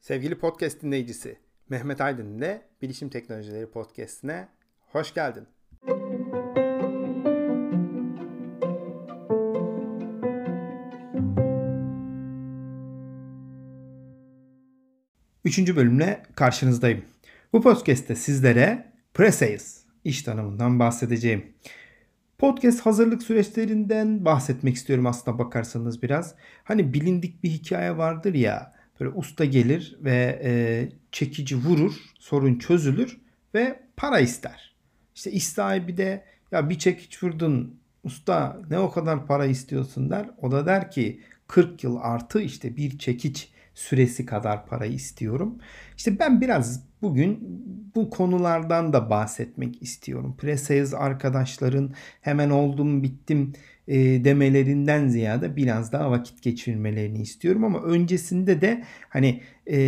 Sevgili podcast dinleyicisi, Mehmet Aydın ile Bilişim Teknolojileri Podcast'ine hoş geldin. Üçüncü bölümle karşınızdayım. Bu podcast'te sizlere pre-sales, iş tanımından bahsedeceğim. Podcast hazırlık süreçlerinden bahsetmek istiyorum aslına bakarsanız biraz. Hani bilindik bir hikaye vardır ya, böyle usta gelir ve çekici vurur, sorun çözülür ve para ister. İşte iş sahibi de ya bir çekiç vurdun usta ne o kadar para istiyorsun der. O da der ki 40 yıl artı işte bir çekiç süresi kadar para istiyorum. İşte ben biraz bugün bu konulardan da bahsetmek istiyorum. Pre-sales arkadaşların hemen oldum bittim demelerinden ziyade biraz daha vakit geçirmelerini istiyorum. Ama öncesinde de hani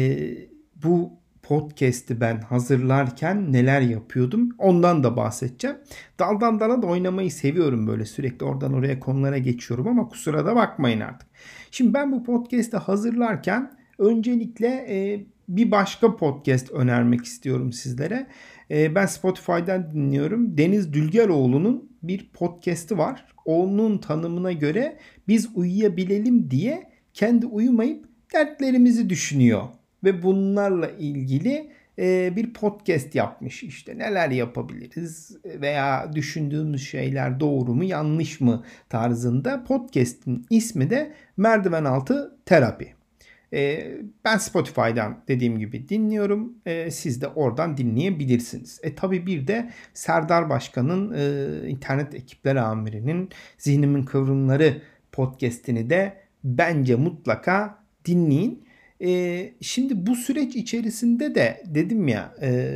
bu podcast'i ben hazırlarken neler yapıyordum ondan da bahsedeceğim. Daldan dala da oynamayı seviyorum, böyle sürekli oradan oraya konulara geçiyorum ama kusura da bakmayın artık. Şimdi ben bu podcast'i hazırlarken öncelikle bir başka podcast önermek istiyorum sizlere. Ben Spotify'dan dinliyorum. Deniz Dülgeroğlu'nun bir podcast'i var. Onun tanımına göre biz uyuyabilelim diye kendi uyumayıp dertlerimizi düşünüyor. Ve bunlarla ilgili bir podcast yapmış. İşte neler yapabiliriz veya düşündüğümüz şeyler doğru mu yanlış mı tarzında. Podcast'in ismi de Merdiven Altı Terapi. Ben Spotify'dan dediğim gibi dinliyorum. Siz de oradan dinleyebilirsiniz. Tabii bir de Serdar Başkan'ın internet ekipleri amirinin Zihnimin Kıvrımları podcast'ini de bence mutlaka dinleyin. Şimdi bu süreç içerisinde de dedim ya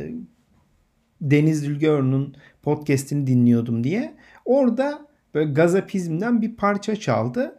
Deniz Dülgeroğlu'nun podcast'ini dinliyordum diye. Orada böyle Gazapizm'den bir parça çaldı.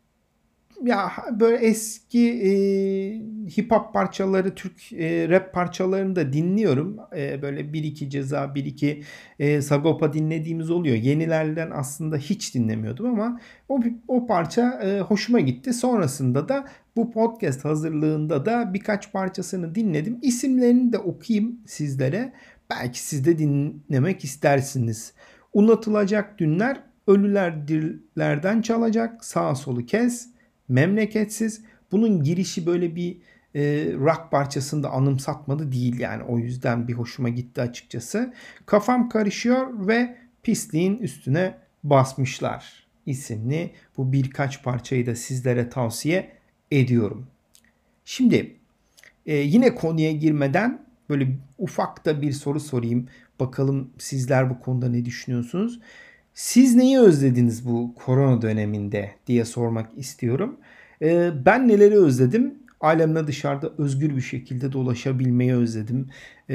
Ya böyle eski hip hop parçaları, Türk rap parçalarını da dinliyorum. Böyle bir iki Ceza, bir iki Sagopa dinlediğimiz oluyor. Yenilerden aslında hiç dinlemiyordum ama o parça hoşuma gitti. Sonrasında da bu podcast hazırlığında da birkaç parçasını dinledim. İsimlerini de okuyayım sizlere. Belki siz de dinlemek istersiniz. Unutulacak dünler, ölüler dillerden çalacak, sağa solu kes. Memleketsiz. Bunun girişi böyle bir rock parçasını da anımsatmadı değil yani. O yüzden bir hoşuma gitti açıkçası. Kafam karışıyor ve pisliğin üstüne basmışlar isimli bu birkaç parçayı da sizlere tavsiye ediyorum. Şimdi yine konuya girmeden böyle ufak da bir soru sorayım. Bakalım sizler bu konuda ne düşünüyorsunuz? Siz neyi özlediniz bu korona döneminde diye sormak istiyorum. Ben neleri özledim? Ailemle dışarıda özgür bir şekilde dolaşabilmeyi özledim.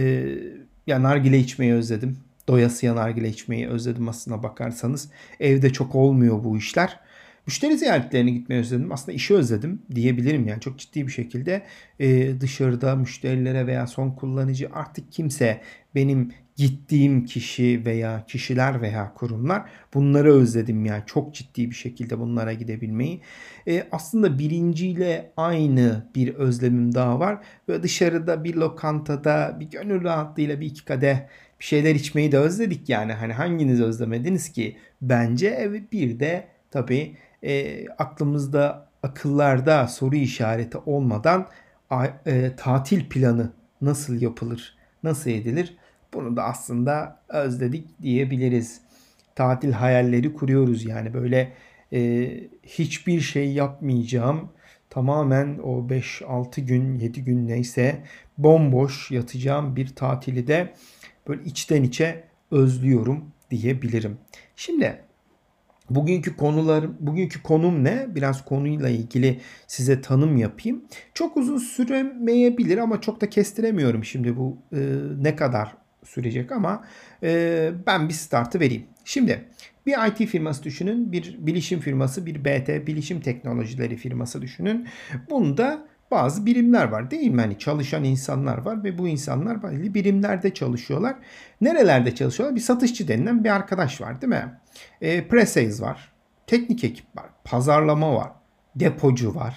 Ya nargile içmeyi özledim. Doyasıya nargile içmeyi özledim aslına bakarsanız. Evde çok olmuyor bu işler. Müşteri ziyaretlerine gitmeyi özledim. Aslında işi özledim diyebilirim yani çok ciddi bir şekilde. Dışarıda müşterilere veya son kullanıcı artık kimse benim gittiğim kişi veya kişiler veya kurumlar bunları özledim yani çok ciddi bir şekilde bunlara gidebilmeyi. Aslında birinciyle aynı bir özlemim daha var. Ve dışarıda bir lokantada bir gönül rahatlığıyla bir iki kadeh bir şeyler içmeyi de özledik yani. Hani hanginiz özlemediniz ki? Bence bir de tabii aklımızda akıllarda soru işareti olmadan tatil planı nasıl yapılır, nasıl edilir? Bunu da aslında özledik diyebiliriz. Tatil hayalleri kuruyoruz yani böyle hiçbir şey yapmayacağım. Tamamen o 5-6 gün, 7 gün neyse bomboş yatacağım bir tatili de böyle içten içe özlüyorum diyebilirim. Şimdi bugünkü konum ne? Biraz konuyla ilgili size tanım yapayım. Çok uzun süremeyebilir ama çok da kestiremiyorum şimdi bu ne kadar sürecek ama ben bir startı vereyim. Şimdi bir IT firması düşünün, bir bilişim firması, bir BT, bilişim teknolojileri firması düşünün. Bunda bazı birimler var değil mi? Hani çalışan insanlar var ve bu insanlar belli birimlerde çalışıyorlar. Nerelerde çalışıyorlar? Bir satışçı denilen bir arkadaş var değil mi? Pre-sales var. Teknik ekip var. Pazarlama var. Depocu var.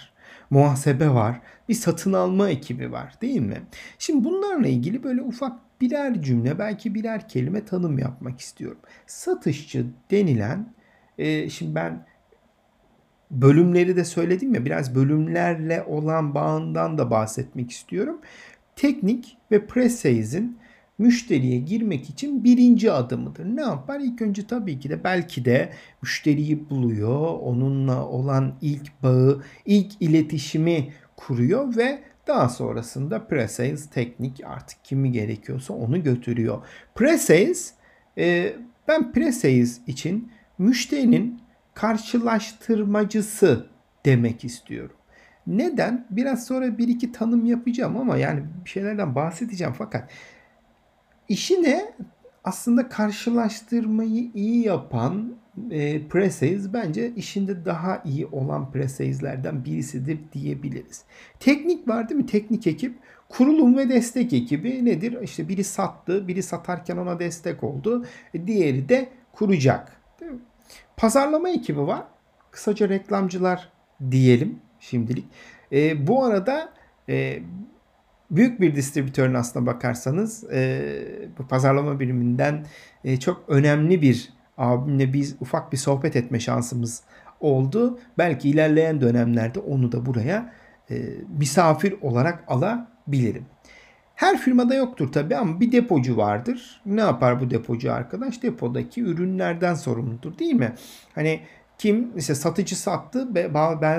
muhasebe var, bir satın alma ekibi var, değil mi? Şimdi bunlarla ilgili böyle ufak birer cümle, belki birer kelime tanım yapmak istiyorum. Satışçı denilen, şimdi ben bölümleri de söyledim ya, biraz bölümlerle olan bağından da bahsetmek istiyorum. Teknik ve pre-sales'in müşteriye girmek için birinci adımıdır. Ne yapar? İlk önce tabii ki de belki de müşteriyi buluyor, onunla olan ilk bağı, ilk iletişimi kuruyor ve daha sonrasında pre-sales, teknik, artık kimi gerekiyorsa onu götürüyor. Pre-sales, ben pre-sales için müşterinin karşılaştırmacısı demek istiyorum. Neden? Biraz sonra bir iki tanım yapacağım ama yani bir şeylerden bahsedeceğim, fakat işine aslında karşılaştırmayı iyi yapan pre-sales bence işinde daha iyi olan pre-sales'lerden birisidir diyebiliriz. Teknik var değil mi? Teknik ekip, kurulum ve destek ekibi nedir? İşte biri sattı, biri satarken ona destek oldu, diğeri de kuracak. Değil mi? Pazarlama ekibi var. Kısaca reklamcılar diyelim şimdilik. Bu arada büyük bir distribütörün aslına bakarsanız bu pazarlama biriminden çok önemli bir abimle biz ufak bir sohbet etme şansımız oldu. Belki ilerleyen dönemlerde onu da buraya misafir olarak alabilirim. Her firmada yoktur tabii ama bir depocu vardır. Ne yapar bu depocu arkadaş? Depodaki ürünlerden sorumludur, değil mi? Hani kim işte satıcı sattı ve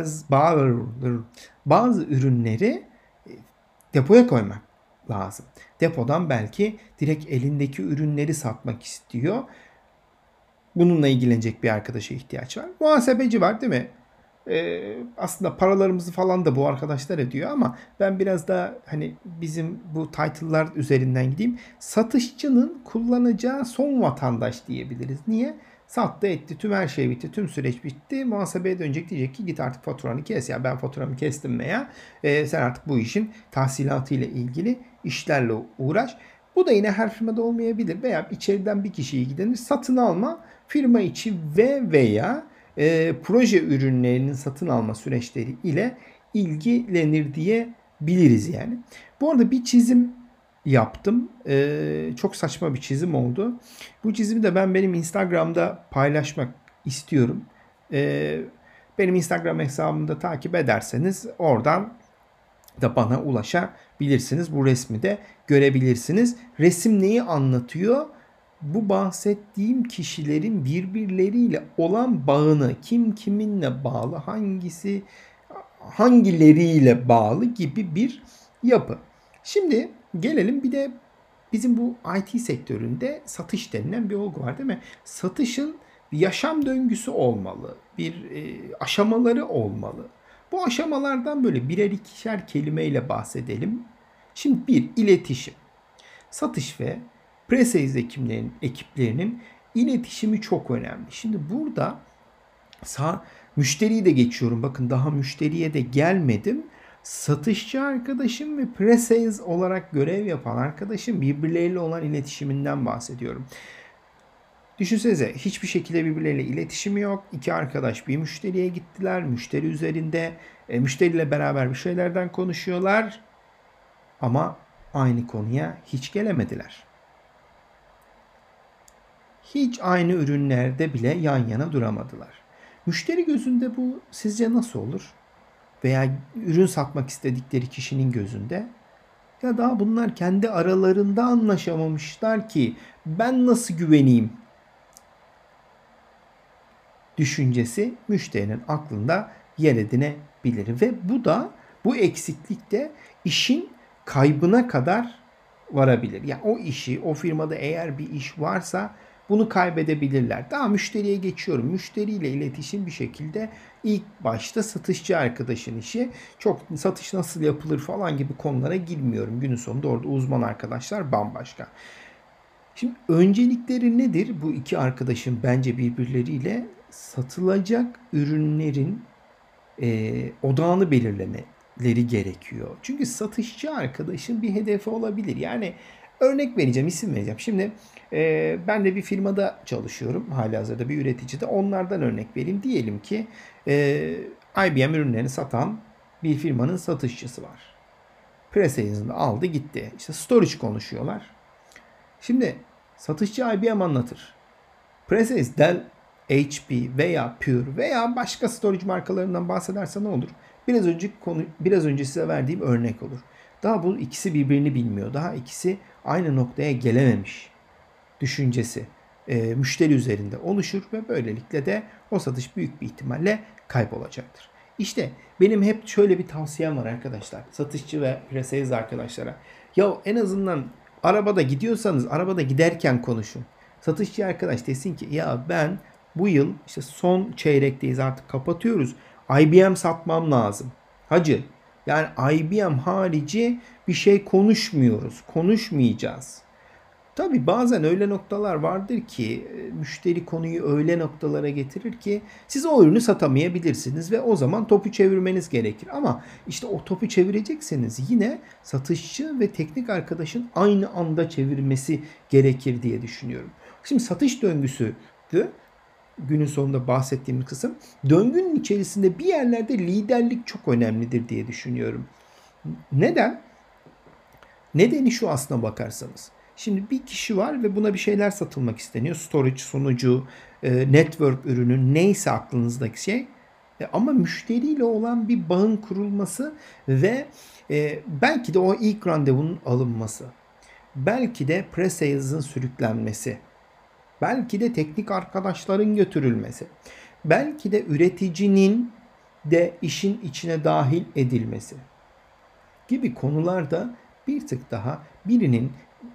bazı ürünleri depoya koymak lazım. Depodan belki direkt elindeki ürünleri satmak istiyor. Bununla ilgilenecek bir arkadaşa ihtiyaç var. Muhasebeci var, değil mi? Aslında paralarımızı falan da bu arkadaşlar ediyor ama ben biraz daha hani bizim bu title'lar üzerinden gideyim. Satışçının kullanacağı son vatandaş diyebiliriz. Niye? Sattı etti, tüm her şey bitti, tüm süreç bitti. Muhasebeye dönecek, diyecek ki git artık faturanı kes, ya ben faturamı kestim veya sen artık bu işin tahsilatı ile ilgili işlerle uğraş. Bu da yine her firmada olmayabilir veya içeriden bir kişiyi ilgilenir. Satın alma, firma içi ve veya proje ürünlerinin satın alma süreçleri ile ilgilenir diyebiliriz yani. Bu arada bir çizim yaptım. Çok saçma bir çizim oldu. Bu çizimi de ben benim Instagram'da paylaşmak istiyorum. Benim Instagram hesabımda takip ederseniz oradan da bana ulaşabilirsiniz. Bu resmi de görebilirsiniz. Resim neyi anlatıyor? Bu bahsettiğim kişilerin birbirleriyle olan bağını, kim kiminle bağlı, hangisi hangileriyle bağlı gibi bir yapı. Şimdi gelelim bir de bizim bu IT sektöründe satış denilen bir olgu var, değil mi? Satışın bir yaşam döngüsü olmalı, bir aşamaları olmalı. Bu aşamalardan böyle birer ikişer kelimeyle bahsedelim. Şimdi bir, iletişim. Satış ve pre-sales ekiplerinin iletişimi çok önemli. Şimdi burada müşteriyi de geçiyorum. Bakın daha müşteriye de gelmedim. Satışçı arkadaşım ve pre-sales olarak görev yapan arkadaşım birbirleriyle olan iletişiminden bahsediyorum. Düşünsenize, hiçbir şekilde birbirleriyle iletişimi yok. İki arkadaş bir müşteriye gittiler. Müşteri üzerinde müşteriyle beraber bir şeylerden konuşuyorlar. Ama aynı konuya hiç gelemediler. Hiç aynı ürünlerde bile yan yana duramadılar. Müşteri gözünde bu sizce nasıl olur? Veya ürün satmak istedikleri kişinin gözünde? Ya daha bunlar kendi aralarında anlaşamamışlar ki ben nasıl güveneyim düşüncesi müşterinin aklında yer edinebilir. Ve bu eksiklik de işin kaybına kadar varabilir. Yani o işi, o firmada eğer bir iş varsa bunu kaybedebilirler. Daha müşteriye geçiyorum. Müşteriyle iletişim bir şekilde ilk başta satışçı arkadaşın işi. Çok satış nasıl yapılır falan gibi konulara girmiyorum. Günün sonunda orada uzman arkadaşlar bambaşka. Şimdi öncelikleri nedir? Bu iki arkadaşın bence birbirleriyle satılacak ürünlerin odağını belirlemeleri gerekiyor. Çünkü satışçı arkadaşın bir hedefi olabilir. Yani örnek vereceğim, isim vereceğim. Şimdi ben de bir firmada çalışıyorum. Halihazırda bir üreticide. Onlardan örnek vereyim. Diyelim ki IBM ürünlerini satan bir firmanın satışçısı var. Pre-sales'ını aldı gitti. İşte storage konuşuyorlar. Şimdi satışçı IBM anlatır. Pre-sales Dell, HP veya Pure veya başka storage markalarından bahsederse ne olur? Biraz önce size verdiğim örnek olur. Daha bu ikisi birbirini bilmiyor. Daha ikisi aynı noktaya gelememiş düşüncesi müşteri üzerinde oluşur ve böylelikle de o satış büyük bir ihtimalle kaybolacaktır. İşte benim hep şöyle bir tavsiyem var arkadaşlar. Satışçı ve pre-sales arkadaşlara. Ya en azından arabada gidiyorsanız arabada giderken konuşun. Satışçı arkadaş desin ki ya ben bu yıl işte son çeyrekteyiz artık kapatıyoruz. IBM satmam lazım. Hacı yani IBM harici bir şey konuşmuyoruz. Konuşmayacağız. Tabii bazen öyle noktalar vardır ki müşteri konuyu öyle noktalara getirir ki siz o ürünü satamayabilirsiniz ve o zaman topu çevirmeniz gerekir. Ama işte o topu çevirecekseniz yine satışçı ve teknik arkadaşın aynı anda çevirmesi gerekir diye düşünüyorum. Şimdi satış döngüsü günün sonunda bahsettiğim kısım. Döngünün içerisinde bir yerlerde liderlik çok önemlidir diye düşünüyorum. Neden? Nedeni şu aslına bakarsanız. Şimdi bir kişi var ve buna bir şeyler satılmak isteniyor. Storage, sunucu, network ürünü neyse aklınızdaki şey. Ama müşteriyle olan bir bağın kurulması ve belki de o ilk randevunun alınması. Belki de pre-sales'ın sürüklenmesi. Belki de teknik arkadaşların götürülmesi. Belki de üreticinin de işin içine dahil edilmesi gibi konularda bir tık daha birinin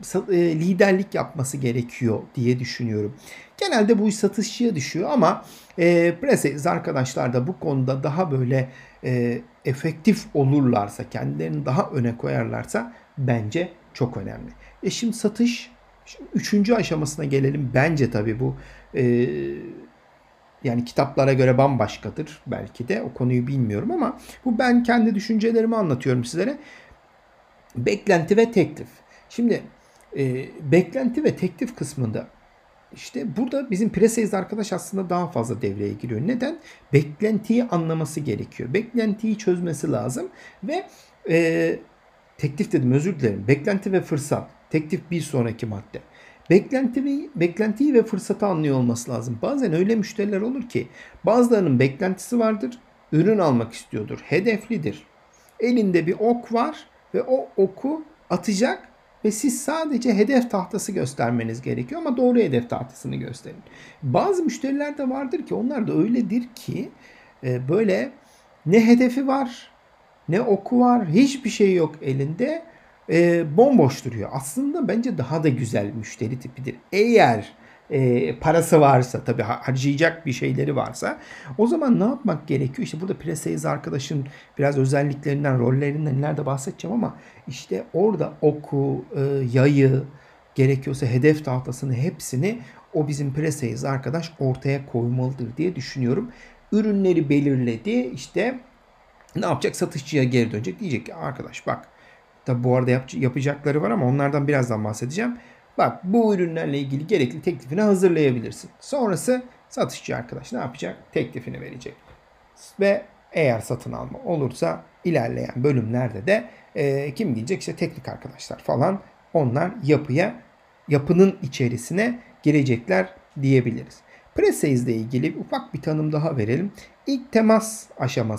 liderlik yapması gerekiyor diye düşünüyorum. Genelde bu iş satışçıya düşüyor ama pre-sales arkadaşlar da bu konuda daha böyle efektif olurlarsa, kendilerini daha öne koyarlarsa bence çok önemli. Şimdi satış, şimdi üçüncü aşamasına gelelim. Bence tabii bu yani kitaplara göre bambaşkadır belki de o konuyu bilmiyorum ama bu ben kendi düşüncelerimi anlatıyorum sizlere. Beklenti ve teklif. Şimdi beklenti ve teklif kısmında işte burada bizim pre-sales arkadaş aslında daha fazla devreye giriyor. Neden? Beklentiyi anlaması gerekiyor. Beklentiyi çözmesi lazım ve teklif dedim özür dilerim. Beklenti ve fırsat. Teklif bir sonraki madde. Beklentiyi ve fırsatı anlıyor olması lazım. Bazen öyle müşteriler olur ki bazılarının beklentisi vardır, ürün almak istiyordur, hedeflidir. Elinde bir ok var ve o oku atacak ve siz sadece hedef tahtası göstermeniz gerekiyor ama doğru hedef tahtasını gösterin. Bazı müşteriler de vardır ki onlar da öyledir ki böyle ne hedefi var ne oku var hiçbir şey yok elinde bomboş duruyor. Aslında bence daha da güzel müşteri tipidir. Eğer parası varsa tabii harcayacak bir şeyleri varsa o zaman ne yapmak gerekiyor? İşte burada pre-sales arkadaşın biraz özelliklerinden, rollerinden nerede bahsedeceğim ama işte orada oku, yayı, gerekiyorsa hedef tahtasını hepsini o bizim pre-sales arkadaş ortaya koymalıdır diye düşünüyorum. Ürünleri belirledi. İşte ne yapacak? Satışçıya geri dönecek. Diyecek ki arkadaş bak tabi bu arada yapacakları var ama onlardan birazdan bahsedeceğim. Bak bu ürünlerle ilgili gerekli teklifini hazırlayabilirsin. Sonrası satışçı arkadaş ne yapacak? Teklifini verecek. Ve eğer satın alma olursa ilerleyen bölümlerde de kim diyecek? İşte teknik arkadaşlar falan onlar yapının içerisine girecekler diyebiliriz. Pre-sales ile ilgili ufak bir tanım daha verelim. İlk temas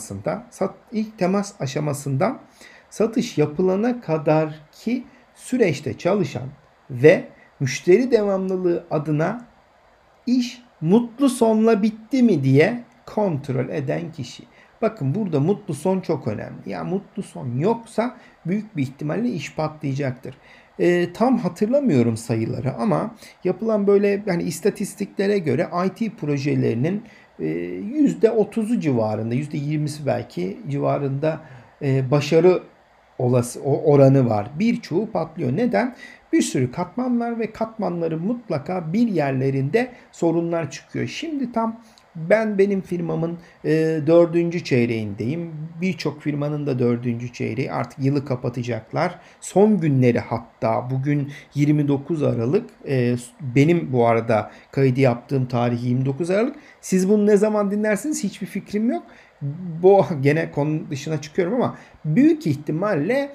aşamasından satış yapılana kadar ki süreçte çalışan ve müşteri devamlılığı adına iş mutlu sonla bitti mi diye kontrol eden kişi. Bakın burada mutlu son çok önemli. Ya mutlu son yoksa büyük bir ihtimalle iş patlayacaktır. Tam hatırlamıyorum sayıları ama yapılan böyle hani istatistiklere göre IT projelerinin %30'u civarında, %20'si belki civarında başarı oranı var. Birçoğu patlıyor. Neden? Bir sürü katman var ve katmanların mutlaka bir yerlerinde sorunlar çıkıyor. Şimdi tam benim firmamın 4. çeyreğindeyim. Birçok firmanın da 4. çeyreği. Artık yılı kapatacaklar. Son günleri hatta bugün 29 Aralık. Benim bu arada kaydı yaptığım tarih 29 Aralık. Siz bunu ne zaman dinlersiniz hiçbir fikrim yok. Bu gene konu dışına çıkıyorum ama büyük ihtimalle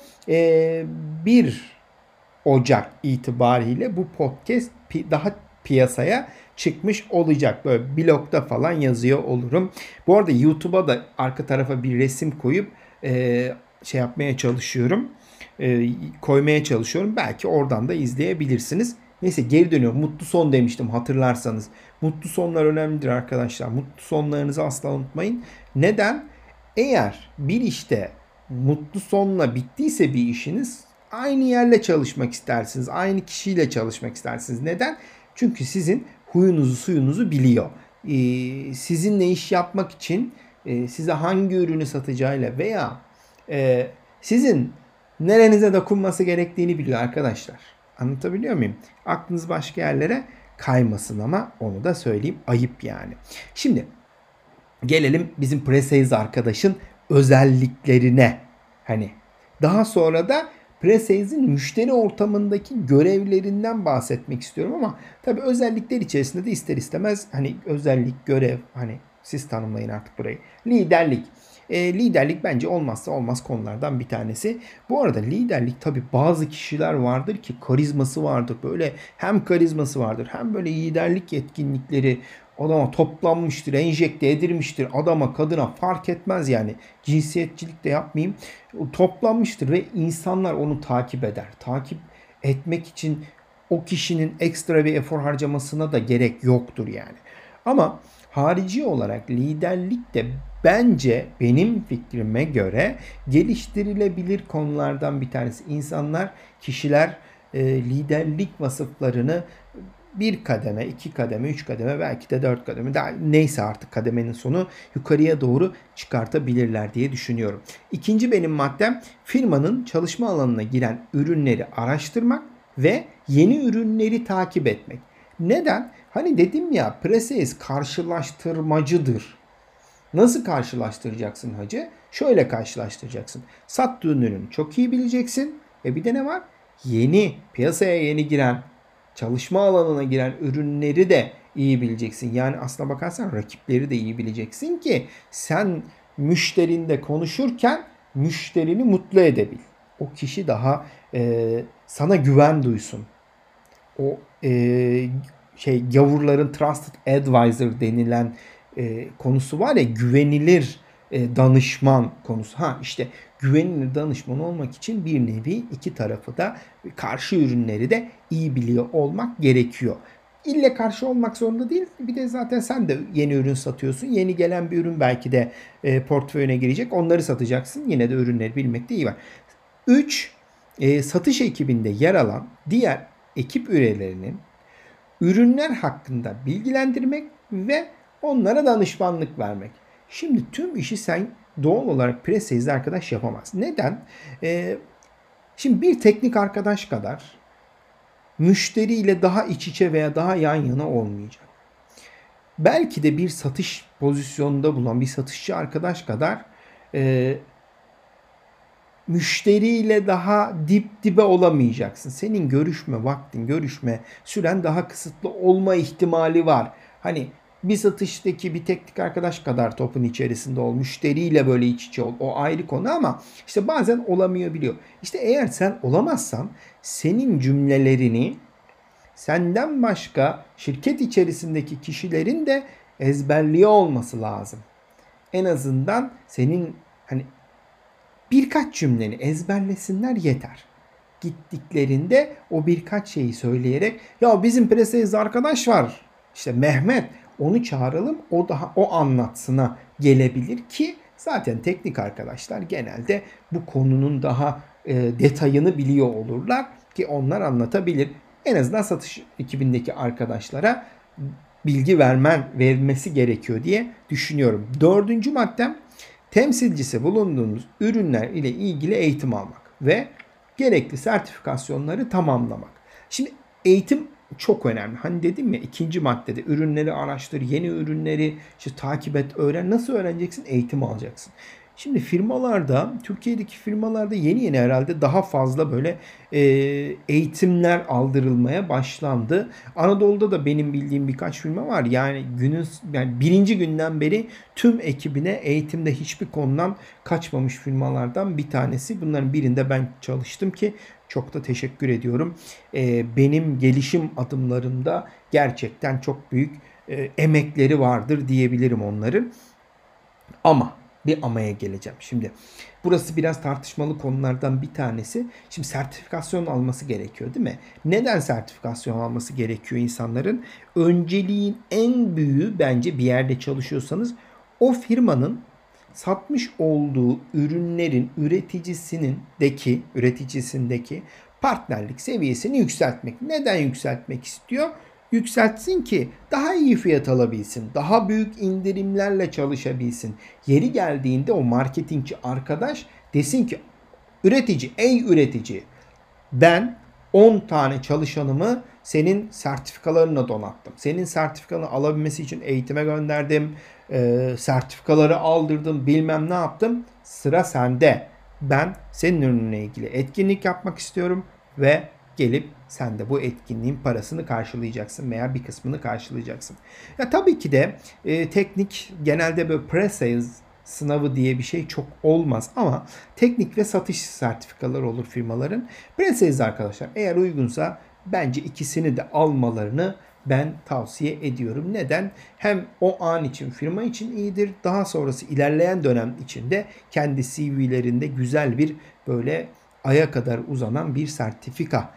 1 Ocak itibariyle bu podcast daha piyasaya çıkmış olacak. Böyle blogda falan yazıyor olurum. Bu arada YouTube'a da arka tarafa bir resim koyup şey yapmaya çalışıyorum. Koymaya çalışıyorum. Belki oradan da izleyebilirsiniz. Neyse geri dönüyorum. Mutlu son demiştim hatırlarsanız. Mutlu sonlar önemlidir arkadaşlar. Mutlu sonlarınızı asla unutmayın. Neden? Eğer bir işte mutlu sonla bittiyse bir işiniz aynı yerle çalışmak istersiniz. Aynı kişiyle çalışmak istersiniz. Neden? Çünkü sizin huyunuzu suyunuzu biliyor. Sizinle iş yapmak için size hangi ürünü satacağıyla veya sizin nerenize dokunması gerektiğini biliyor arkadaşlar. Anlatabiliyor muyum? Aklınız başka yerlere kaymasın ama onu da söyleyeyim. Ayıp yani. Şimdi gelelim bizim pre-sales arkadaşın özelliklerine. Hani daha sonra da pre-sales'in müşteri ortamındaki görevlerinden bahsetmek istiyorum ama tabii özellikler içerisinde de ister istemez hani özellik, görev, hani siz tanımlayın artık burayı. Liderlik. Liderlik bence olmazsa olmaz konulardan bir tanesi. Bu arada liderlik tabii bazı kişiler vardır ki karizması vardır. Böyle hem karizması vardır hem böyle liderlik yetkinlikleri adama toplanmıştır, enjekte edilmiştir. Adama, kadına fark etmez yani. Cinsiyetçilik de yapmayayım. Toplanmıştır ve insanlar onu takip eder. Takip etmek için o kişinin ekstra bir efor harcamasına da gerek yoktur yani. Ama harici olarak liderlik de bence benim fikrime göre geliştirilebilir konulardan bir tanesi. İnsanlar, kişiler liderlik vasıflarını bir kademe, iki kademe, üç kademe, belki de dört kademe, daha neyse artık kademenin sonu yukarıya doğru çıkartabilirler diye düşünüyorum. İkinci benim maddem firmanın çalışma alanına giren ürünleri araştırmak ve yeni ürünleri takip etmek. Neden? Hani dedim ya, pre-sales karşılaştırmacıdır. Nasıl karşılaştıracaksın hacı? Şöyle karşılaştıracaksın. Sattığın ürünü çok iyi bileceksin. Ve bir de ne var? Piyasaya yeni giren, çalışma alanına giren ürünleri de iyi bileceksin. Yani aslına bakarsan rakipleri de iyi bileceksin ki sen müşterinde konuşurken müşterini mutlu edebil. O kişi daha sana güven duysun. O gavurların trusted advisor denilen konusu var ya, güvenilir danışman konusu. İşte güvenilir danışman olmak için bir nevi iki tarafı da, karşı ürünleri de iyi biliyor olmak gerekiyor. İlle karşı olmak zorunda değil. Bir de zaten sen de yeni ürün satıyorsun. Yeni gelen bir ürün belki de portföyüne girecek. Onları satacaksın. Yine de ürünleri bilmekte iyi var. 3. Satış ekibinde yer alan diğer ekip üyelerinin ürünler hakkında bilgilendirmek ve onlara danışmanlık vermek. Şimdi tüm işi sen doğal olarak pre-sales'de arkadaş yapamaz. Neden? Şimdi bir teknik arkadaş kadar müşteriyle daha iç içe veya daha yan yana olmayacak. Belki de bir satış pozisyonunda bulunan bir satışçı arkadaş kadar müşteriyle daha dip dibe olamayacaksın. Senin görüşme vaktin, görüşme süren daha kısıtlı olma ihtimali var. Hani bir satıştaki bir teknik arkadaş kadar topun içerisinde ol. Müşteriyle böyle iç içe ol. O ayrı konu ama işte bazen olamayabiliyor. İşte eğer sen olamazsan senin cümlelerini senden başka şirket içerisindeki kişilerin de ezberliyor olması lazım. En azından senin hani birkaç cümleni ezberlesinler yeter. Gittiklerinde o birkaç şeyi söyleyerek, ya bizim pre-sales arkadaş var, İşte Mehmet, onu çağıralım, o anlatsına gelebilir ki zaten teknik arkadaşlar genelde bu konunun daha detayını biliyor olurlar ki onlar anlatabilir. En azından satış ekibindeki arkadaşlara bilgi verilmesi gerekiyor diye düşünüyorum. Dördüncü maddem, temsilcisi bulunduğunuz ürünler ile ilgili eğitim almak ve gerekli sertifikasyonları tamamlamak. Şimdi eğitim çok önemli. Hani dedim ya, ikinci maddede ürünleri araştır, yeni ürünleri işte takip et, öğren. Nasıl öğreneceksin? Eğitim alacaksın. Şimdi firmalarda, Türkiye'deki firmalarda yeni yeni herhalde daha fazla böyle eğitimler aldırılmaya başlandı. Anadolu'da da benim bildiğim birkaç firma var. Yani birinci günden beri tüm ekibine eğitimde hiçbir konudan kaçmamış firmalardan bir tanesi. Bunların birinde ben çalıştım ki çok da teşekkür ediyorum. Benim gelişim adımlarımda gerçekten çok büyük emekleri vardır diyebilirim onların. Ama bir amaya geleceğim. Şimdi burası biraz tartışmalı konulardan bir tanesi. Şimdi sertifikasyon alması gerekiyor değil mi? Neden sertifikasyon alması gerekiyor insanların? Önceliğin en büyüğü bence bir yerde çalışıyorsanız o firmanın satmış olduğu ürünlerin üreticisindeki partnerlik seviyesini yükseltmek. Neden yükseltmek istiyor? Yükseltsin ki daha iyi fiyat alabilsin, daha büyük indirimlerle çalışabilsin. Yeri geldiğinde o marketingçi arkadaş desin ki ey üretici, ben 10 tane çalışanımı senin sertifikalarına donattım. Senin sertifikanı alabilmesi için eğitime gönderdim. Sertifikaları aldırdım, bilmem ne yaptım. Sıra sende. Ben senin ürününe ilgili etkinlik yapmak istiyorum ve gelip sen de bu etkinliğin parasını karşılayacaksın veya bir kısmını karşılayacaksın. Ya tabii ki de teknik genelde böyle pre-sales sınavı diye bir şey çok olmaz ama teknik ve satış sertifikaları olur firmaların. Pre-sales arkadaşlar eğer uygunsa bence ikisini de almalarını ben tavsiye ediyorum. Neden? Hem o an için firma için iyidir. Daha sonrası ilerleyen dönem içinde kendi CV'lerinde güzel bir böyle aya kadar uzanan bir sertifika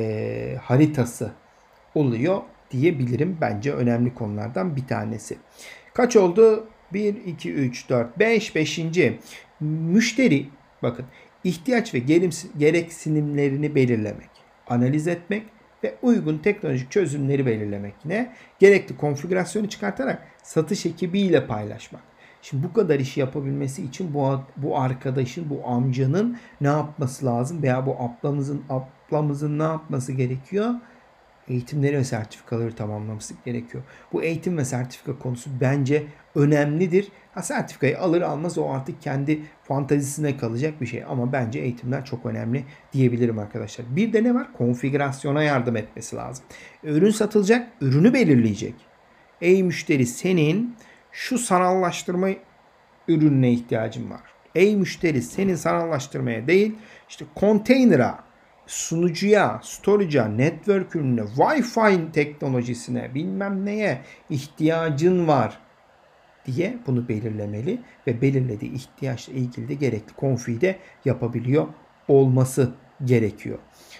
haritası oluyor diyebilirim. Bence önemli konulardan bir tanesi. Kaç oldu? 1, 2, 3, 4, 5. 5. Müşteri bakın ihtiyaç ve gereksinimlerini belirlemek, analiz etmek ve uygun teknolojik çözümleri belirlemek yine gerekli konfigürasyonu çıkartarak satış ekibiyle paylaşmak. Şimdi bu kadar işi yapabilmesi için bu arkadaşın, bu amcanın ne yapması lazım veya bu ablamızın ne yapması gerekiyor? Eğitimleri ve sertifikaları tamamlaması gerekiyor. Bu eğitim ve sertifika konusu bence önemlidir. Sertifikayı alır almaz o artık kendi fantazisine kalacak bir şey. Ama bence eğitimler çok önemli diyebilirim arkadaşlar. Bir de ne var? Konfigürasyona yardım etmesi lazım. Ürün satılacak, ürünü belirleyecek. Ey müşteri senin şu sanallaştırma ürününe ihtiyacın var. Ey müşteri senin sanallaştırmaya değil işte konteyner'a, sunucuya, storage'a, network ürününe, Wi-Fi teknolojisine bilmem neye ihtiyacın var diye bunu belirlemeli ve belirlediği ihtiyaçla ilgili de gerekli konfiyi de yapabiliyor olması gerekiyor.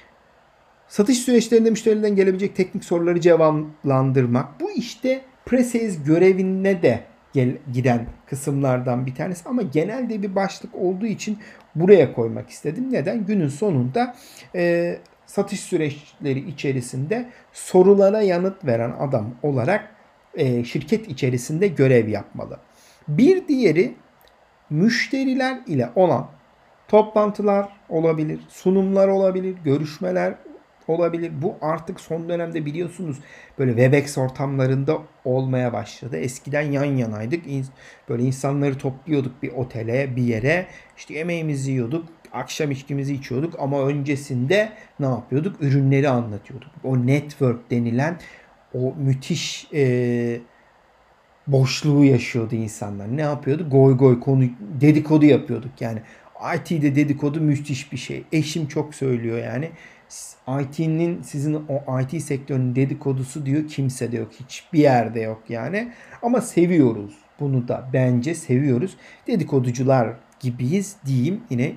Satış süreçlerinde müşteriden gelebilecek teknik soruları cevaplandırmak. Bu işte pre-sales görevine de giden kısımlardan bir tanesi ama genelde bir başlık olduğu için buraya koymak istedim. Neden? Günün sonunda satış süreçleri içerisinde sorulara yanıt veren adam olarak şirket içerisinde görev yapmalı. Bir diğeri müşteriler ile olan toplantılar olabilir, sunumlar olabilir, görüşmeler olabilir. Bu artık son dönemde biliyorsunuz böyle Webex ortamlarında olmaya başladı. Eskiden yan yanaydık. Böyle insanları topluyorduk bir otele, bir yere. İşte yemeğimizi yiyorduk, akşam içkimizi içiyorduk ama öncesinde ne yapıyorduk? Ürünleri anlatıyorduk. O network denilen o müthiş boşluğu yaşıyordu insanlar. Ne yapıyordu? Goy goy konu dedikodu yapıyorduk yani. IT'de dedikodu müthiş bir şey. Eşim çok söylüyor yani. IT'nin sizin o IT sektörünün dedikodusu diyor kimse de yok. Hiçbir yerde yok yani. Ama seviyoruz. Bunu da bence seviyoruz. Dedikoducular gibiyiz diyeyim. Yine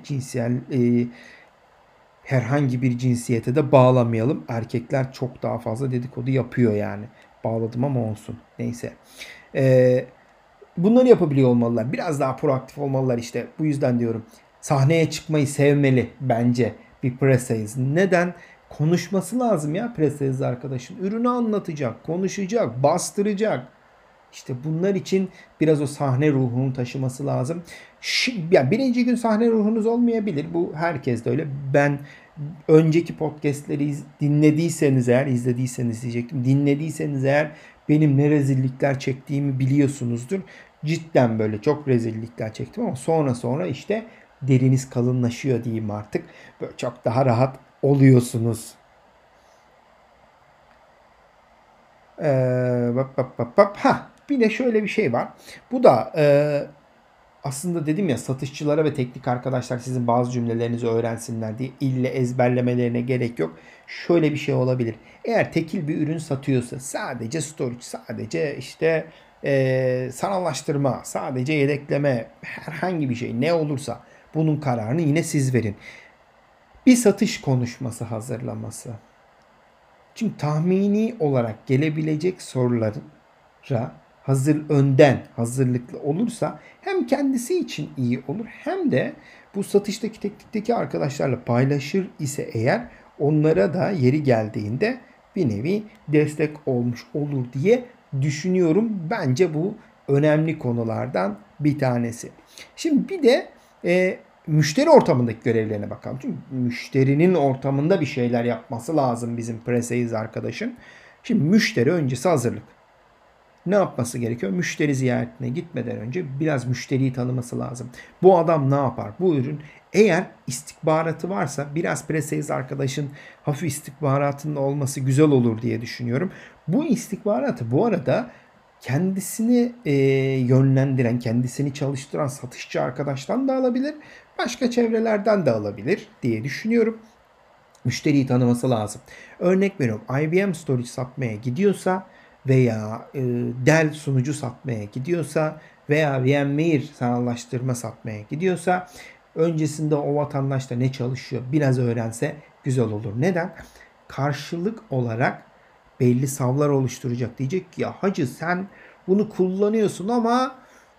herhangi bir cinsiyete de bağlamayalım. Erkekler çok daha fazla dedikodu yapıyor yani. Bağladım ama olsun. Neyse. Bunları yapabiliyor olmalılar. Biraz daha proaktif olmalılar işte. Bu yüzden diyorum. Sahneye çıkmayı sevmeli bence bir pre-sales. Neden? Konuşması lazım ya pre-sales arkadaşın. Ürünü anlatacak, konuşacak, bastıracak. İşte bunlar için biraz o sahne ruhunu taşıması lazım. Ya birinci gün sahne ruhunuz olmayabilir. Bu herkes de öyle. Ben önceki podcastleri dinlediyseniz eğer, izlediyseniz diyecektim. Dinlediyseniz eğer benim ne rezillikler çektiğimi biliyorsunuzdur. Cidden böyle çok rezillikler çektim ama sonra işte deriniz kalınlaşıyor diyeyim artık. Böyle çok daha rahat oluyorsunuz. Ha, bir de şöyle bir şey var. Bu da aslında dedim ya, satışçılara ve teknik arkadaşlar sizin bazı cümlelerinizi öğrensinler diye ille ezberlemelerine gerek yok. Şöyle bir şey olabilir. Eğer tekil bir ürün satıyorsa, sadece storage, sadece işte sanallaştırma, sadece yedekleme, herhangi bir şey ne olursa bunun kararını yine siz verin. Bir satış konuşması hazırlaması. Şimdi tahmini olarak gelebilecek sorulara önden hazırlıklı olursa hem kendisi için iyi olur, hem de bu satıştaki teknikteki arkadaşlarla paylaşır ise eğer, onlara da yeri geldiğinde bir nevi destek olmuş olur diye düşünüyorum. Bence bu önemli konulardan bir tanesi. Şimdi bir de müşteri ortamındaki görevlerine bakalım. Çünkü müşterinin ortamında bir şeyler yapması lazım bizim pre-sales arkadaşın. Şimdi müşteri öncesi hazırlık. Ne yapması gerekiyor? Müşteri ziyaretine gitmeden önce biraz müşteriyi tanıması lazım. Bu adam ne yapar? Bu ürün, eğer istihbaratı varsa, biraz pre-sales arkadaşın hafif istihbaratının olması güzel olur diye düşünüyorum. Bu istihbaratı bu arada kendisini yönlendiren, kendisini çalıştıran satışçı arkadaştan da alabilir. Başka çevrelerden de alabilir diye düşünüyorum. Müşteriyi tanıması lazım. Örnek veriyorum, IBM Storage satmaya gidiyorsa veya Dell sunucu satmaya gidiyorsa veya VMware sanallaştırma satmaya gidiyorsa, öncesinde o vatandaş da ne çalışıyor biraz öğrense güzel olur. Neden? Karşılık olarak belli savlar oluşturacak. Diyecek ki, ya hacı sen bunu kullanıyorsun ama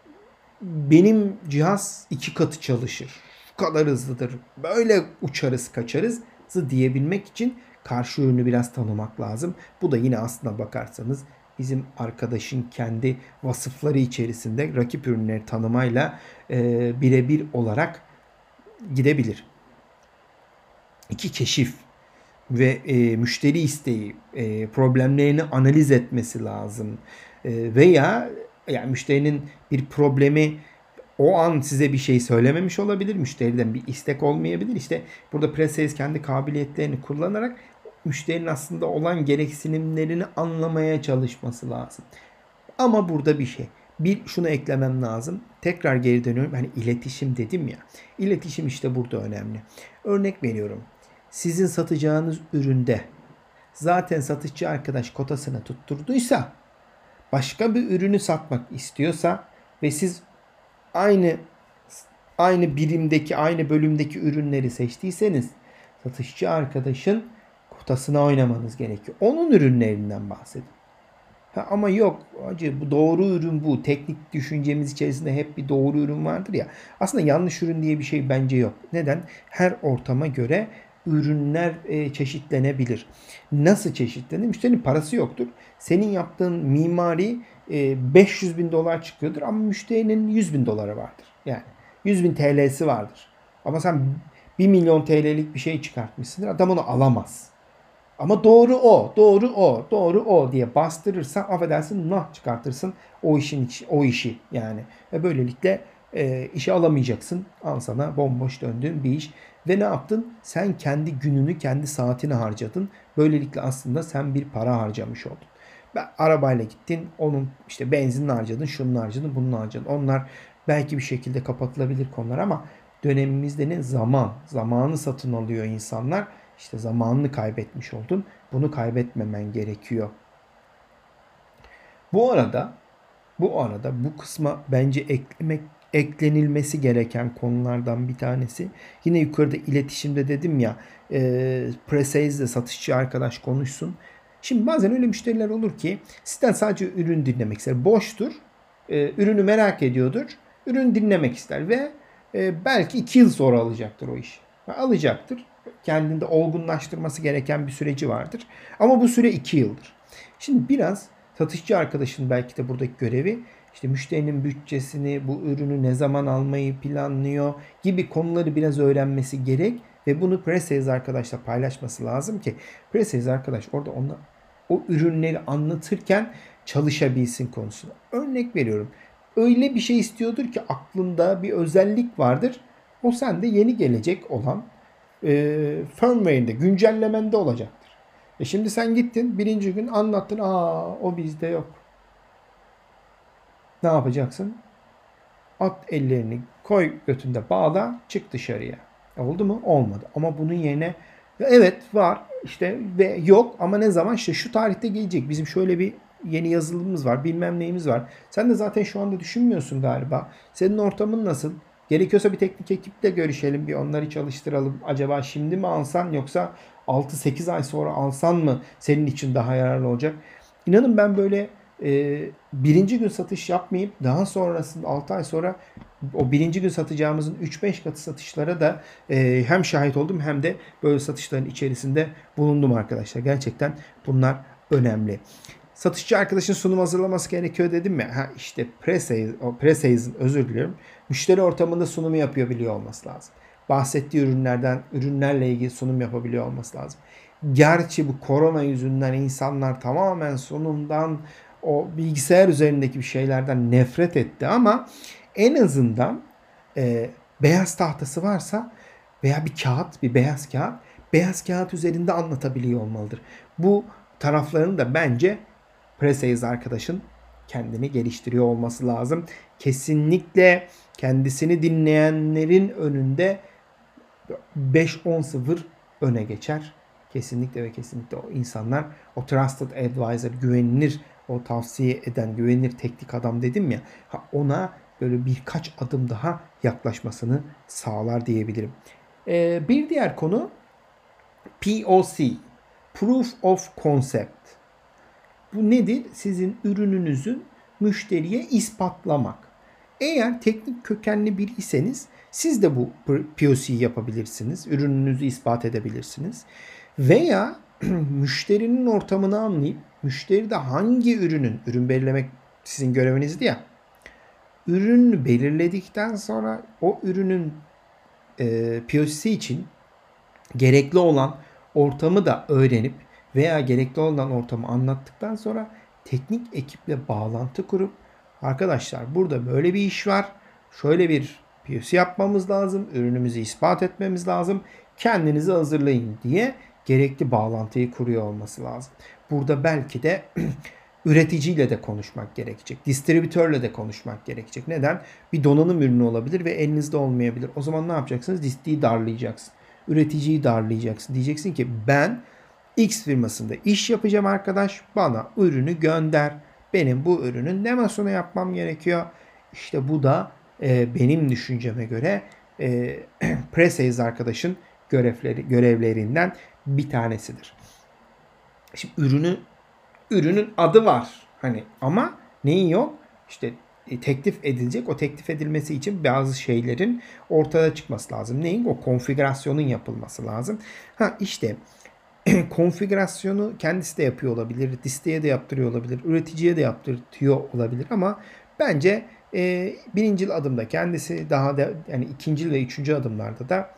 benim cihaz 2 katı çalışır. Şu kadar hızlıdır. Böyle uçarız kaçarız diyebilmek için karşı ürünü biraz tanımak lazım. Bu da yine aslına bakarsanız bizim arkadaşın kendi vasıfları içerisinde rakip ürünleri tanımayla birebir olarak gidebilir. 2, keşif ve müşteri isteği, problemlerini analiz etmesi lazım. Veya yani müşterinin bir problemi, o an size bir şey söylememiş olabilir. Müşteriden bir istek olmayabilir. İşte burada pre-sales kendi kabiliyetlerini kullanarak müşterinin aslında olan gereksinimlerini anlamaya çalışması lazım. Ama burada bir şey. Şunu eklemem lazım. Tekrar geri dönüyorum. Hani iletişim dedim ya. İletişim işte burada önemli. Örnek veriyorum. Sizin satacağınız üründe zaten satışçı arkadaş kotasını tutturduysa, başka bir ürünü satmak istiyorsa ve siz aynı birimdeki, aynı bölümdeki ürünleri seçtiyseniz, satışçı arkadaşın kotasına oynamanız gerekiyor. Onun ürünlerinden bahsedin. Ama yok hacı, bu doğru ürün bu. Teknik düşüncemiz içerisinde hep bir doğru ürün vardır ya. Aslında yanlış ürün diye bir şey bence yok. Neden? Her ortama göre ürünler çeşitlenebilir. Nasıl çeşitlenir? Müşterinin parası yoktur. Senin yaptığın mimari 500 bin dolar çıkıyordur ama müşterinin 100 bin doları vardır. Yani 100 bin TL'si vardır. Ama sen 1 milyon TL'lik bir şey çıkartmışsındır. Adam onu alamaz. Ama doğru o, doğru o, doğru o diye bastırırsan, affedersin, nah çıkartırsın o işi yani. Ve böylelikle işi alamayacaksın. Al sana bomboş döndüğün bir iş. Ve ne yaptın? Sen kendi gününü, kendi saatini harcadın. Böylelikle aslında sen bir para harcamış oldun. Arabayla gittin, onun işte benzinini harcadın, şunu harcadın, bunu harcadın. Onlar belki bir şekilde kapatılabilir konular ama dönemimizde ne zaman? Zamanı satın alıyor insanlar. İşte zamanını kaybetmiş oldun. Bunu kaybetmemen gerekiyor. Bu arada bu kısma bence eklenilmesi gereken konulardan bir tanesi. Yine yukarıda iletişimde dedim ya, pre-sales'de satışçı arkadaş konuşsun. Şimdi bazen öyle müşteriler olur ki sizden sadece ürün dinlemek ister. Boştur. Ürünü merak ediyordur. Ürün dinlemek ister ve belki 2 yıl sonra alacaktır o işi. Alacaktır. Kendinde olgunlaştırması gereken bir süreci vardır. Ama bu süre 2 yıldır. Şimdi biraz satışçı arkadaşın belki de buradaki görevi, işte müşterinin bütçesini, bu ürünü ne zaman almayı planlıyor gibi konuları biraz öğrenmesi gerek ve bunu pre-sales arkadaşla paylaşması lazım ki pre-sales arkadaş orada o ürünleri anlatırken çalışabilsin konusunda. Örnek veriyorum. öyle bir şey istiyordur ki aklında bir özellik vardır. O sende yeni gelecek olan firmware'inde, güncellemende olacaktır. Şimdi sen gittin birinci gün anlattın. O bizde yok. Ne yapacaksın? At ellerini koy götünde bağla çık dışarıya. Oldu mu? Olmadı. Ama bunun yerine evet var işte ve yok ama ne zaman işte şu tarihte gelecek. Bizim şöyle bir yeni yazılımımız var bilmem neyimiz var. Sen de zaten şu anda düşünmüyorsun galiba. Senin ortamın nasıl? Gerekiyorsa bir teknik ekiple görüşelim bir onları çalıştıralım. Acaba şimdi mi alsan yoksa 6-8 ay sonra alsan mı senin için daha yararlı olacak? İnanın ben böyle birinci gün satış yapmayıp daha sonrasında 6 ay sonra o birinci gün satacağımızın 3-5 katı satışlara da hem şahit oldum hem de böyle satışların içerisinde bulundum arkadaşlar. Gerçekten bunlar önemli. Satışçı arkadaşın sunum hazırlaması gerekiyor dedim ya. İşte pre-sales'ın özür diliyorum. Müşteri ortamında sunumu yapıyor biliyor olması lazım. Bahsettiği ürünlerle ilgili sunum yapabiliyor olması lazım. Gerçi bu korona yüzünden insanlar tamamen sunumdan o bilgisayar üzerindeki bir şeylerden nefret etti ama en azından beyaz tahtası varsa veya bir kağıt, bir beyaz kağıt üzerinde anlatabiliyor olmalıdır. Bu tarafların da bence pre-sales arkadaşın kendini geliştiriyor olması lazım. Kesinlikle kendisini dinleyenlerin önünde 5-10-0 öne geçer. Kesinlikle ve kesinlikle o insanlar o trusted advisor, güvenilir o tavsiye eden güvenilir teknik adam dedim ya ona böyle birkaç adım daha yaklaşmasını sağlar diyebilirim. Bir diğer konu POC, Proof of Concept. Bu nedir? Sizin ürününüzün müşteriye ispatlamak. Eğer teknik kökenli biriyseniz siz de bu POC'yi yapabilirsiniz. Ürününüzü ispat edebilirsiniz. Veya müşterinin ortamını anlayıp müşteri de hangi ürün belirlemek sizin görevinizdi ya. Ürünü belirledikten sonra o ürünün POC'si için gerekli olan ortamı da öğrenip veya gerekli olan ortamı anlattıktan sonra teknik ekiple bağlantı kurup arkadaşlar burada böyle bir iş var. Şöyle bir POC yapmamız lazım. Ürünümüzü ispat etmemiz lazım. Kendinizi hazırlayın diye gerekli bağlantıyı kuruyor olması lazım. Burada belki de üreticiyle de konuşmak gerekecek. Distribütörle de konuşmak gerekecek. Neden? Bir donanım ürünü olabilir ve elinizde olmayabilir. O zaman ne yapacaksınız? Distriyi darlayacaksın. Üreticiyi darlayacaksın. Diyeceksin ki ben X firmasında iş yapacağım arkadaş. Bana ürünü gönder. Benim bu ürünün demasını yapmam gerekiyor. İşte bu da benim düşünceme göre pre-sales arkadaşın görevlerinden bir tanesidir. Şimdi ürünün adı var. Hani ama neyi yok? İşte teklif edilecek. O teklif edilmesi için bazı şeylerin ortaya çıkması lazım. Neyin? O konfigürasyonun yapılması lazım. İşte konfigürasyonu kendisi de yapıyor olabilir. Listeye de yaptırıyor olabilir. Üreticiye de yaptırıyor olabilir ama bence birinci adımda kendisi daha da yani ikinci ve üçüncü adımlarda da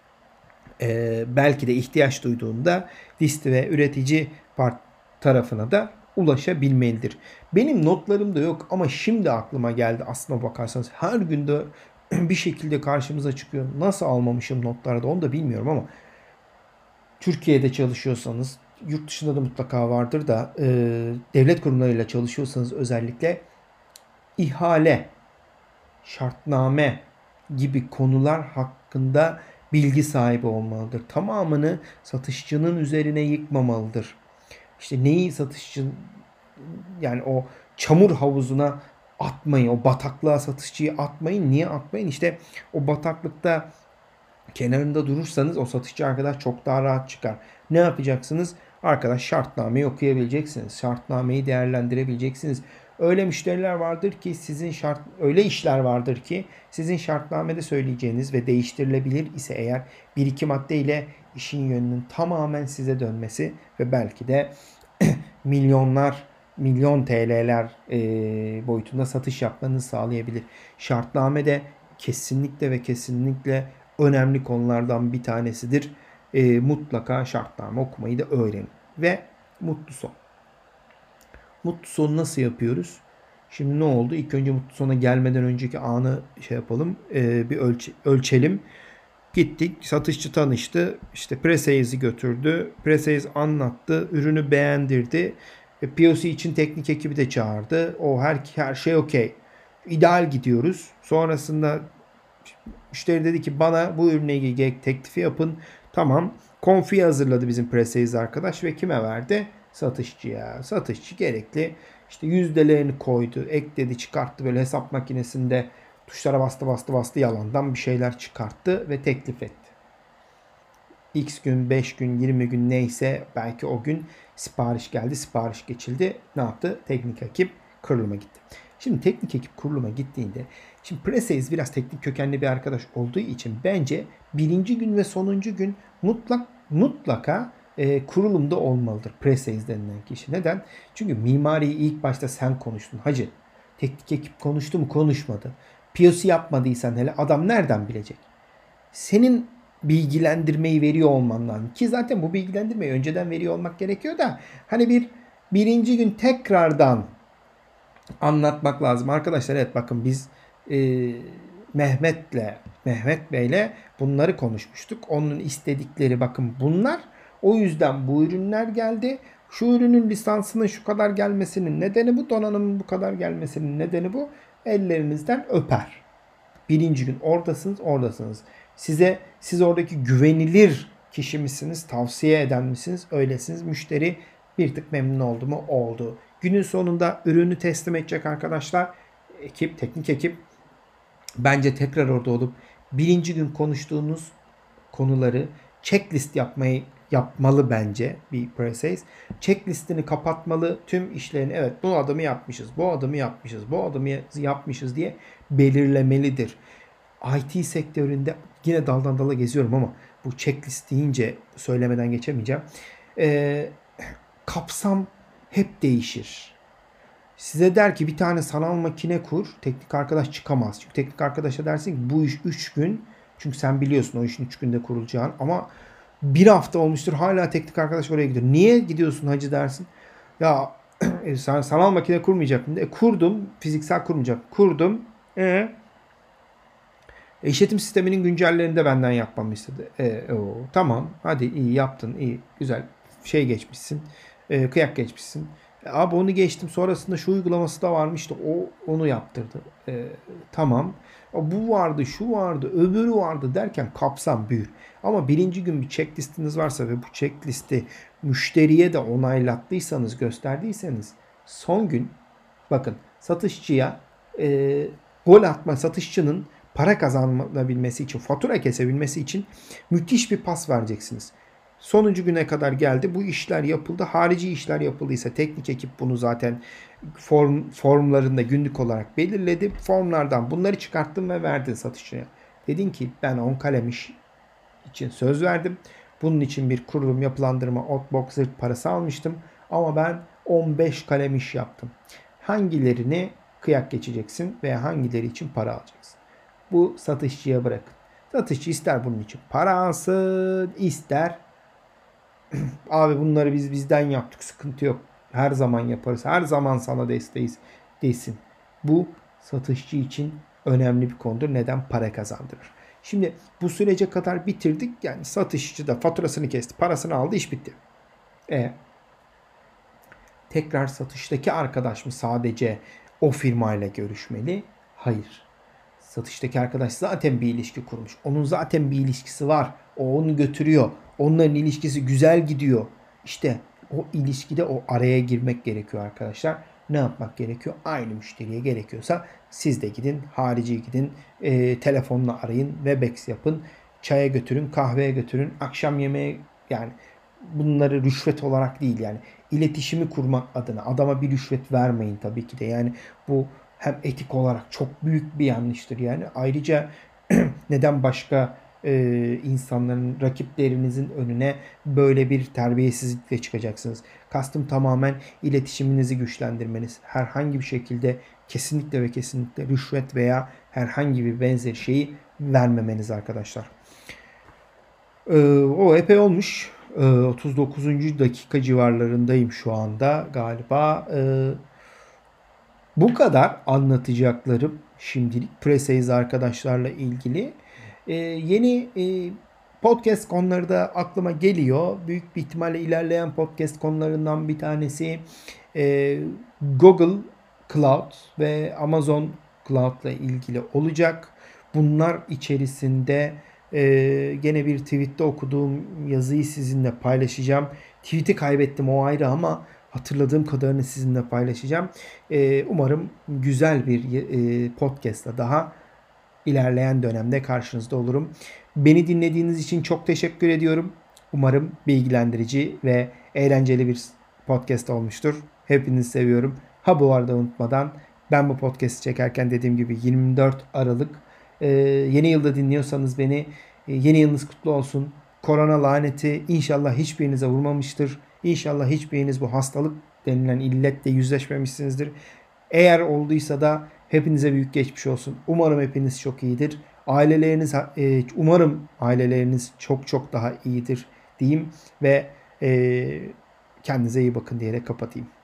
belki de ihtiyaç duyduğunda liste ve üretici tarafına da ulaşabilmelidir. Benim notlarımda yok ama şimdi aklıma geldi aslına bakarsanız. Her günde bir şekilde karşımıza çıkıyor. Nasıl almamışım notlarda onu da bilmiyorum ama Türkiye'de çalışıyorsanız yurt dışında da mutlaka vardır da devlet kurumlarıyla çalışıyorsanız özellikle ihale, şartname gibi konular hakkında bilgi sahibi olmalıdır. Tamamını satışçının üzerine yıkmamalıdır. İşte neyi satışçı yani o çamur havuzuna atmayın. O bataklığa satışçıyı atmayın. Niye atmayın? İşte o bataklıkta kenarında durursanız o satışçı arkadaş çok daha rahat çıkar. Ne yapacaksınız? Arkadaş şartnameyi okuyabileceksiniz. Şartnameyi değerlendirebileceksiniz. Öyle müşteriler vardır ki öyle işler vardır ki sizin şartnamede söyleyeceğiniz ve değiştirilebilir ise eğer bir iki madde ile işin yönünün tamamen size dönmesi ve belki de milyon TL'ler boyutunda satış yapmanızı sağlayabilir. Şartname de kesinlikle ve kesinlikle önemli konulardan bir tanesidir. Mutlaka şartname okumayı da öğrenin. Ve mutlu son. Mutlu son nasıl yapıyoruz? Şimdi ne oldu? İlk önce mutlu sona gelmeden önceki anı şey yapalım. Bir ölçelim. Gittik. Satışçı tanıştı. İşte pre-sales'i götürdü. Pre-sales anlattı. Ürünü beğendirdi. POC için teknik ekibi de çağırdı. O her şey okey. İdeal gidiyoruz. Sonrasında müşteri dedi ki bana bu ürüne ilgili teklifi yapın. Tamam. Konfiyi hazırladı bizim pre-sales arkadaş ve kime verdi? Satışçıya. Satışçı gerekli işte yüzdelerini koydu, ekledi, çıkarttı, böyle hesap makinesinde tuşlara bastı yalandan bir şeyler çıkarttı ve teklif etti. X gün, 5 gün, 20 gün neyse belki o gün sipariş geldi, sipariş geçildi. Ne yaptı? Teknik ekip kuruluma gitti. Şimdi teknik ekip kuruluma gittiğinde, şimdi pre-sales biraz teknik kökenli bir arkadaş olduğu için bence birinci gün ve sonuncu gün mutlaka kurulumda olmalıdır pre-sales denilen kişi. Neden? Çünkü mimariyi ilk başta sen konuştun hacı. Teknik ekip konuştu mu? Konuşmadı. POC yapmadıysan hele adam nereden bilecek? Senin bilgilendirmeyi veriyor olman lazım. Ki zaten bu bilgilendirmeyi önceden veriyor olmak gerekiyor da hani birinci gün tekrardan anlatmak lazım. Arkadaşlar evet bakın biz e, Mehmet Bey'le bunları konuşmuştuk. Onun istedikleri bakın bunlar. O yüzden bu ürünler geldi. Şu ürünün lisansının şu kadar gelmesinin nedeni bu. Donanımın bu kadar gelmesinin nedeni bu. Ellerinizden öper. Birinci gün oradasınız. Siz oradaki güvenilir kişi misiniz? Tavsiye eden misiniz? Öylesiniz. Müşteri bir tık memnun oldu mu? Oldu. Günün sonunda ürünü teslim edecek arkadaşlar. Teknik ekip bence tekrar orada olup birinci gün konuştuğunuz konuları checklist yapmalı bence bir pre-sales. Checklistini kapatmalı. Tüm işlerini evet bu adımı yapmışız, bu adımı yapmışız, bu adımı yapmışız diye belirlemelidir. IT sektöründe yine daldan dala geziyorum ama bu checklist deyince söylemeden geçemeyeceğim. Kapsam hep değişir. Size der ki bir tane sanal makine kur. Teknik arkadaş çıkamaz. Çünkü teknik arkadaşa dersin ki bu iş 3 gün. Çünkü sen biliyorsun o işin 3 günde kurulacağını. Ama bir hafta olmuştur hala teknik arkadaş oraya gidiyor. Niye gidiyorsun hacı dersin. Ya sanal makine kurmayacaktım. Kurdum. Fiziksel kurmayacak. Kurdum. İşletim sisteminin güncellerini de benden yapmamı istedi. Tamam. Hadi iyi yaptın. İyi. Güzel. Geçmişsin. Kıyak geçmişsin. Abi onu geçtim. Sonrasında şu uygulaması da varmış da onu yaptırdı. Tamam. Bu vardı, şu vardı, öbürü vardı derken kapsam büyür. Ama birinci gün bir checklistiniz varsa ve bu checklisti müşteriye de onaylattıysanız, gösterdiyseniz son gün bakın satışçıya satışçının para kazanabilmesi için, fatura kesebilmesi için müthiş bir pas vereceksiniz. Sonuncu güne kadar geldi. Bu işler yapıldı. Harici işler yapıldıysa teknik ekip bunu zaten formlarında günlük olarak belirledi. Formlardan bunları çıkarttın ve verdin satışçıya. Dedin ki ben 10 kalem iş için söz verdim. Bunun için bir kurulum yapılandırma outbox zırt parası almıştım. Ama ben 15 kalem iş yaptım. Hangilerini kıyak geçeceksin veya hangileri için para alacaksın? Bu satışçıya bırakın. Satışçı ister bunun için para alsın, ister abi bunları bizden yaptık, sıkıntı yok. Her zaman yaparız. Her zaman sana desteğiz desin. Bu satışçı için önemli bir konudur. Neden? Para kazandırır. Şimdi bu sürece kadar bitirdik. Yani satışçı da faturasını kesti, parasını aldı, iş bitti. Tekrar satıştaki arkadaş mı sadece o firmayla görüşmeli? Hayır. Satıştaki arkadaş zaten bir ilişki kurmuş. Onun zaten bir ilişkisi var. O onu götürüyor. Onların ilişkisi güzel gidiyor. İşte o ilişkide o araya girmek gerekiyor arkadaşlar. Ne yapmak gerekiyor? Aynı müşteriye gerekiyorsa siz de gidin, harici gidin, telefonla arayın, Webex yapın, çaya götürün, kahveye götürün, akşam yemeğe yani bunları rüşvet olarak değil yani iletişimi kurmak adına adama bir rüşvet vermeyin tabii ki de yani bu hem etik olarak çok büyük bir yanlıştır yani. Ayrıca neden başka insanların, rakiplerinizin önüne böyle bir terbiyesizlikle çıkacaksınız? Kastım tamamen iletişiminizi güçlendirmeniz. Herhangi bir şekilde kesinlikle ve kesinlikle rüşvet veya herhangi bir benzer şeyi vermemeniz arkadaşlar. O epey olmuş. 39. dakika civarlarındayım şu anda galiba. Bu kadar anlatacaklarım şimdilik Presales arkadaşlarla ilgili. Yeni podcast konuları da aklıma geliyor. Büyük bir ihtimalle ilerleyen podcast konularından bir tanesi Google Cloud ve Amazon Cloud ile ilgili olacak. Bunlar içerisinde gene bir tweette okuduğum yazıyı sizinle paylaşacağım. Tweet'i kaybettim, o ayrı, ama hatırladığım kadarını sizinle paylaşacağım. Umarım güzel bir podcast'la daha ilerleyen dönemde karşınızda olurum. Beni dinlediğiniz için çok teşekkür ediyorum. Umarım bilgilendirici ve eğlenceli bir podcast olmuştur. Hepinizi seviyorum. Ha, bu arada unutmadan, ben bu podcast'i çekerken dediğim gibi 24 Aralık. Yeni yılda dinliyorsanız beni, yeni yılınız kutlu olsun. Korona laneti inşallah hiçbirinize vurmamıştır. İnşallah hiçbiriniz bu hastalık denilen illetle yüzleşmemişsinizdir. Eğer olduysa da hepinize büyük geçmiş olsun. Umarım hepiniz çok iyidir. Umarım aileleriniz çok çok daha iyidir diyeyim ve kendinize iyi bakın diyerek kapatayım.